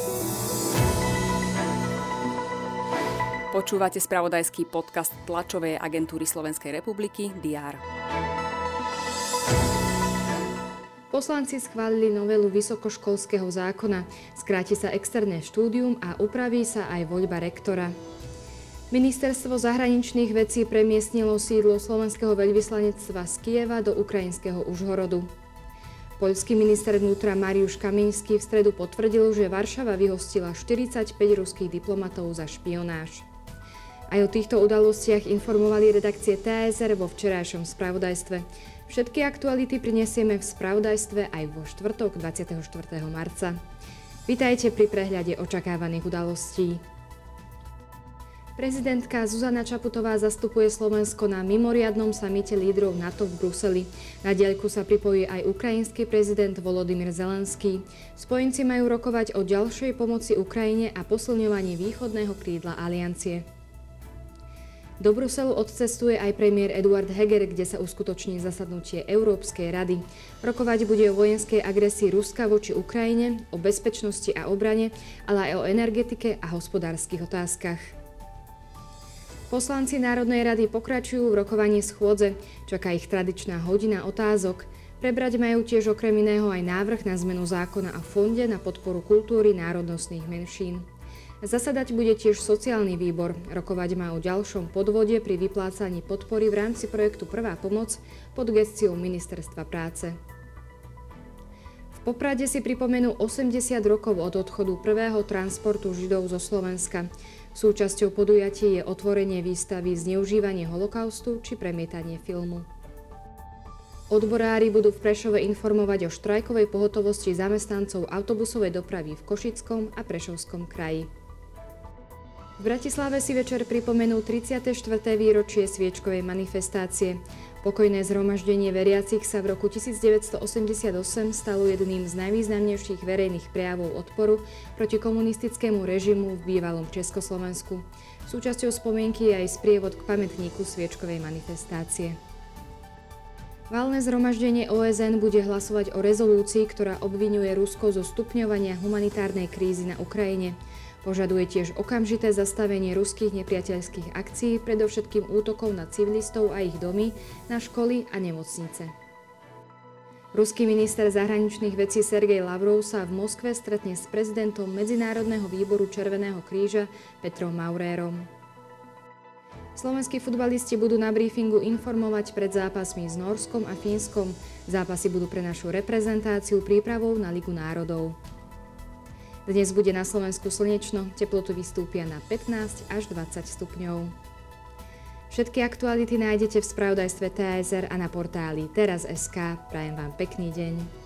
Počúvate spravodajský podcast tlačovej agentúry Slovenskej republiky DR. Poslanci schválili novelu vysokoškolského zákona, skráti sa externé štúdium a upraví sa aj voľba rektora. Ministerstvo zahraničných vecí premiestnilo sídlo slovenského veľvyslanectva z Kyjeva do ukrajinského Užhorodu. Poľský minister vnútra Mariusz Kamiński v stredu potvrdil, že Varšava vyhostila 45 ruských diplomatov za špionáž. Aj o týchto udalostiach informovali redakcie TASR vo včerajšom spravodajstve. Všetky aktuality prinesieme v spravodajstve aj vo štvrtok 24. marca. Vitajte pri prehľade očakávaných udalostí. Prezidentka Zuzana Čaputová zastupuje Slovensko na mimoriadnom samite lídrov NATO v Bruseli. Na diaľku sa pripojí aj ukrajinský prezident Volodymyr Zelenský. Spojenci majú rokovať o ďalšej pomoci Ukrajine a posilňovaní východného krídla aliancie. Do Bruselu odcestuje aj premiér Eduard Heger, kde sa uskutoční zasadnutie Európskej rady. Rokovať bude o vojenskej agresii Ruska voči Ukrajine, o bezpečnosti a obrane, ale aj o energetike a hospodárskych otázkach. Poslanci Národnej rady pokračujú v rokovaní schôdze. Čaká ich tradičná hodina otázok. Prebrať majú tiež okrem iného aj návrh na zmenu zákona a fonde na podporu kultúry národnostných menšín. Zasadať bude tiež sociálny výbor. Rokovať má o ďalšom podvode pri vyplácaní podpory v rámci projektu Prvá pomoc pod gesciou Ministerstva práce. V Poprade si pripomenú 80 rokov od odchodu prvého transportu Židov zo Slovenska. Súčasťou podujatí je otvorenie výstavy Zneužívanie holokaustu či premietanie filmu. Odborári budú v Prešove informovať o štrajkovej pohotovosti zamestnancov autobusovej dopravy v Košickom a Prešovskom kraji. V Bratislave si večer pripomenú 34. výročie sviečkovej manifestácie. Pokojné zhromaždenie veriacich sa v roku 1988 stalo jedným z najvýznamnejších verejných prejavov odporu proti komunistickému režimu v bývalom Československu. Súčasťou spomienky je aj sprievod k pamätníku sviečkovej manifestácie. Valné zhromaždenie OSN bude hlasovať o rezolúcii, ktorá obviňuje Rusko zo stupňovania humanitárnej krízy na Ukrajine. Požaduje tiež okamžité zastavenie ruských nepriateľských akcií, predovšetkým útokov na civilistov a ich domy, na školy a nemocnice. Ruský minister zahraničných vecí Sergej Lavrov sa v Moskve stretne s prezidentom Medzinárodného výboru Červeného kríža Petrom Maurérom. Slovenskí futbalisti budú na briefingu informovať pred zápasmi s Nórskom a Fínskom. Zápasy budú pre našu reprezentáciu prípravou na Ligu národov. Dnes bude na Slovensku slnečno, teploty vystúpia na 15 až 20 stupňov. Všetky aktuality nájdete v spravodajstve TASR a na portáli teraz.sk. Prajem vám pekný deň.